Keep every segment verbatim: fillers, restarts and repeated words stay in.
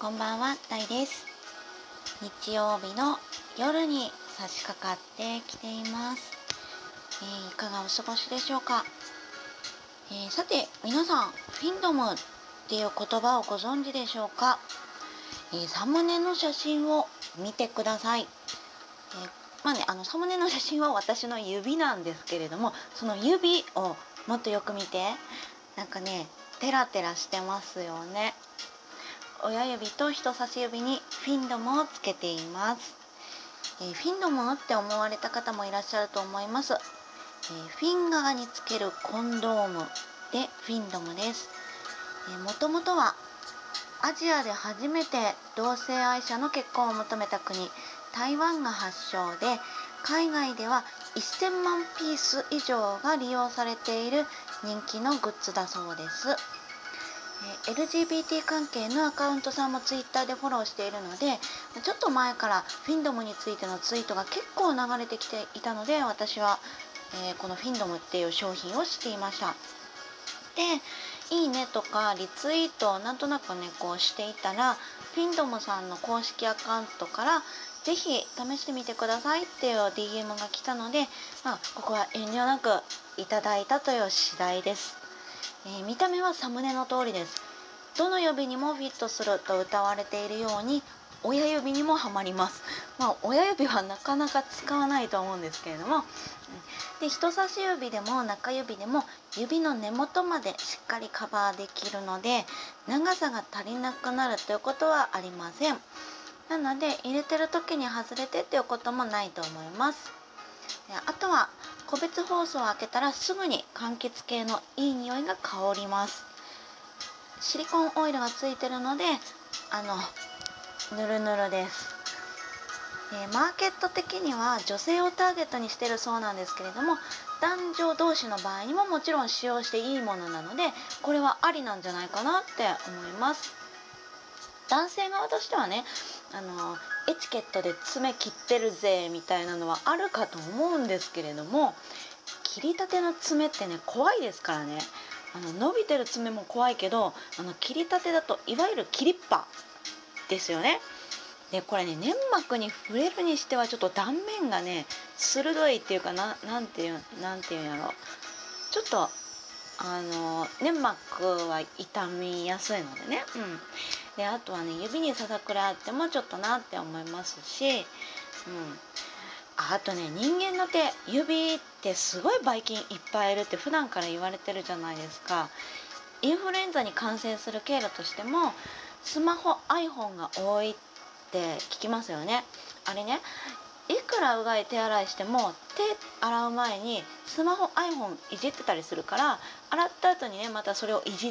こんばんは、たいです。日曜日の夜に差し掛かってきています。えー、いかがお過ごしでしょうか。えー、さて皆さん、フィンドムっていう言葉をご存知でしょうか。えー、サムネの写真を見てください。えーまあね、あのサムネの写真は私の指なんですけれども、その指をもっとよく見て、なんかねテラテラしてますよね。親指と人差し指にフィンドムをつけています。えー、フィンドムって思われた方もいらっしゃると思います。えー、フィンガーにつけるコンドームでフィンドムです。えー、もともとはアジアで初めて同性愛者の結婚を求めた国、台湾が発祥で、海外ではせんまんピース以上が利用されている人気のグッズだそうです。エルジービーティー 関係のアカウントさんもツイッターでフォローしているので、ちょっと前からフィンドムについてのツイートが結構流れてきていたので、私は、えー、このフィンドムっていう商品を知っていました。で、いいねとかリツイートをなんとなくねこうしていたら、フィンドムさんの公式アカウントからぜひ試してみてくださいっていう ディーエム が来たので、まあ、ここは遠慮なくいただいたという次第です。えー、見た目はサムネの通りです。どの指にもフィットすると謳われているように、親指にもはまります。まあ、親指はなかなか使わないと思うんですけれども、で人差し指でも中指でも指の根元までしっかりカバーできるので、長さが足りなくなるということはありません。なので入れてる時に外れてっていうこともないと思います。あとは個別包装を開けたらすぐに柑橘系のいい匂いが香ります。シリコンオイルがついてるので、あのぬるぬるです。えー、マーケット的には女性をターゲットにしているそうなんですけれども、男女同士の場合にももちろん使用していいものなので、これはありなんじゃないかなって思います。男性側としてはね、あのエチケットで爪切ってるぜみたいなのはあるかと思うんですけれども、切りたての爪ってね怖いですからね。あの伸びてる爪も怖いけど、あの切りたてだといわゆる切りっぱですよね。でこれね、粘膜に触れるにしてはちょっと断面がね鋭いっていうかな、なんていうなんていうんやろ、ちょっとあの粘膜は傷みやすいのでね、うん、であとはね指にささくれあってもちょっとなって思いますし、うん、あとね人間の手指ってすごいばい菌いっぱいいるって普段から言われてるじゃないですか。インフルエンザに感染する経路としてもスマホ iPhone が多いって聞きますよね。あれね、いくらうがい手洗いしても手洗う前にスマホ iPhone いじってたりするから、洗った後にねまたそれをいじって、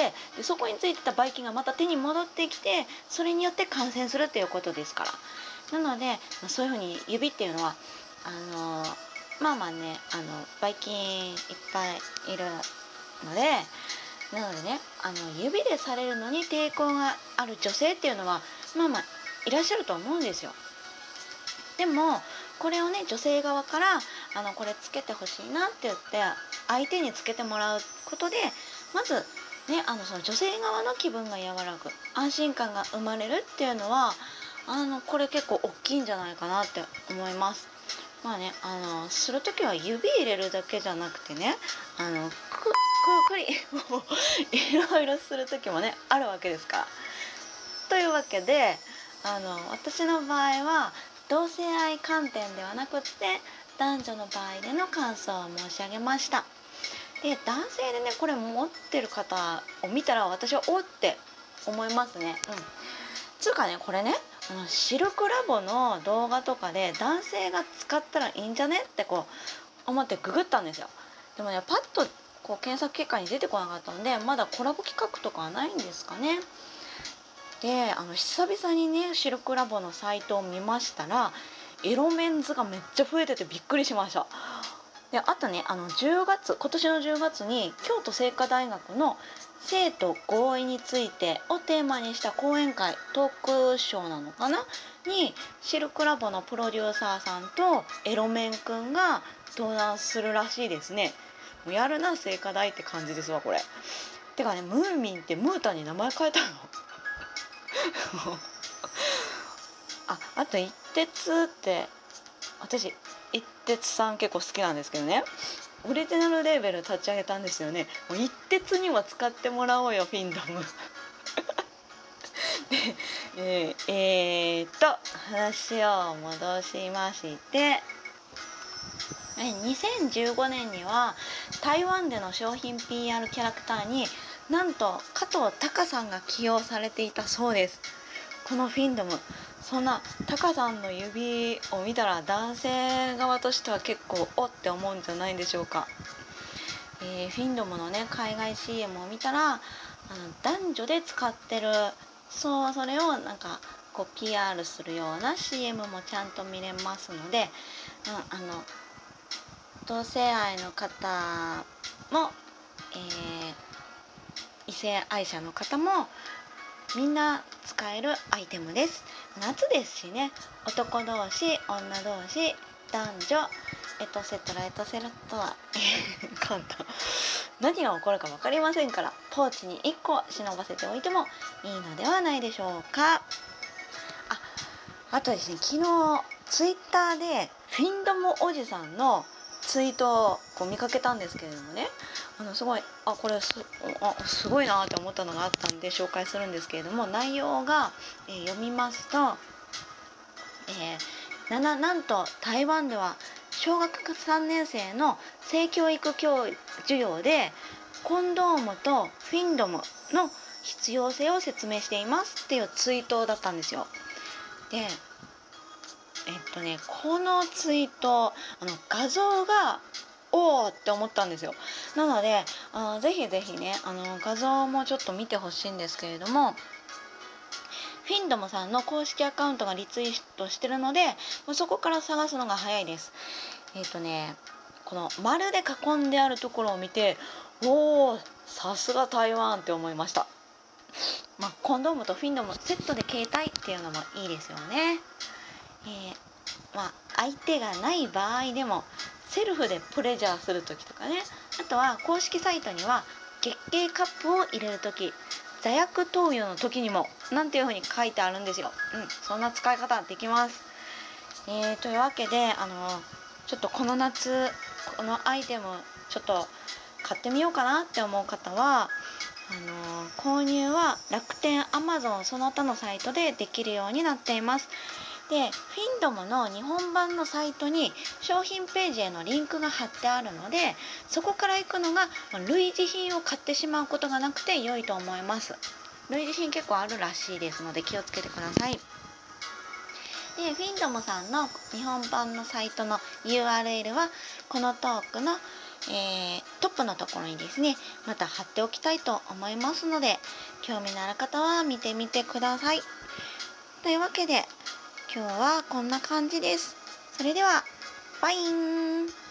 でそこについてたばい菌がまた手に戻ってきて、それによって感染するっていうことですから。なのでそういうふうに指っていうのはあのまあまあねあのばい菌いっぱいいるので、なのでねあの指でされるのに抵抗がある女性っていうのはまあまあいらっしゃると思うんですよ。でもこれをね女性側からあのこれつけてほしいなって言って相手につけてもらうことで、まずねあのその女性側の気分が和らぐ、安心感が生まれるっていうのは、あのこれ結構大きいんじゃないかなって思います。まあねあのするときは指入れるだけじゃなくてね、あのくくるくりいろいろする時もねあるわけですから。というわけであの私の場合は同性愛観点ではなくって男女の場合での感想を申し上げました。で男性でねこれ持ってる方を見たら私はおって思いますね。うんつうかねこれねあのシルクラボの動画とかで男性が使ったらいいんじゃねってこう思ってググったんですよ。でもねパッとこう検索結果に出てこなかったので、まだコラボ企画とかはないんですかね。であの久々にねシルクラボのサイトを見ましたら、エロメンズがめっちゃ増えててびっくりしました。であとねあのじゅうがつ今年のじゅうがつに京都精華大学の性と合意についてをテーマにした講演会、トークショーなのかなにシルクラボのプロデューサーさんとエロメンくんが登壇するらしいですね。もうやるな精華大って感じですわこれ。てかねムーミンってムータンに名前変えたのああと一徹って私一徹さん結構好きなんですけどね、オリジナルレーベル立ち上げたんですよね。もう一徹にも使ってもらおうよフィンドムで、えー、えー、っと話を戻しまして、にせんじゅうごねんには台湾での商品 ピーアール キャラクターになんと加藤隆さんが起用されていたそうです。このフィンドム、そんな隆さんの指を見たら男性側としては結構おって思うんじゃないんでしょうか。えー、フィンドムのね海外 シーエム を見たら、あの男女で使ってる、そうそれをなんかこう ピーアール するような シーエム もちゃんと見れますので、うん、あの同性愛の方も、えー、異性愛者の方もみんな使えるアイテムです。夏ですしね、男同士、女同士、男女、エトセトラエトセトラ簡単何が起こるか分かりませんから、ポーチにいっこ忍ばせておいてもいいのではないでしょうか。ああとですね、昨日ツイッターでフィンドムおじさんのツイートをこう見かけたんですけれどもね、あのすごいあこれ す, あすごいなって思ったのがあったんで紹介するんですけれども、内容が、えー、読みますと、えー、な, なんと台湾では小学さんねん生の性教育教授業でコンドームとフィンドムの必要性を説明していますっていうツイートだったんですよ。でえっとねこのツイート、あの画像がおーって思ったんですよ。なのであぜひぜひね、あの画像もちょっと見てほしいんですけれども、フィンドムさんの公式アカウントがリツイートしてるので、そこから探すのが早いです。えっとねこの丸で囲んであるところを見て、おーさすが台湾って思いました。まあ、コンドームとフィンドムセットで携帯っていうのもいいですよね。えーまあ、相手がない場合でもセルフでプレジャーする時とかね、あとは公式サイトには月経カップを入れる時、座薬投与の時にもなんていう風に書いてあるんですよ。うん、そんな使い方できます。えー、というわけで、あのちょっとこの夏このアイテムちょっと買ってみようかなって思う方は、あの購入は楽天、アマゾンその他のサイトでできるようになっています。で、フィンドムの日本版のサイトに商品ページへのリンクが貼ってあるので、そこから行くのが類似品を買ってしまうことがなくて良いと思います。類似品結構あるらしいですので気をつけてください。で、フィンドムさんの日本版のサイトの ユーアールエル はこのトークの、えー、トップのところにですねまた貼っておきたいと思いますので、興味のある方は見てみてください。というわけで今日はこんな感じです。それではバイーン。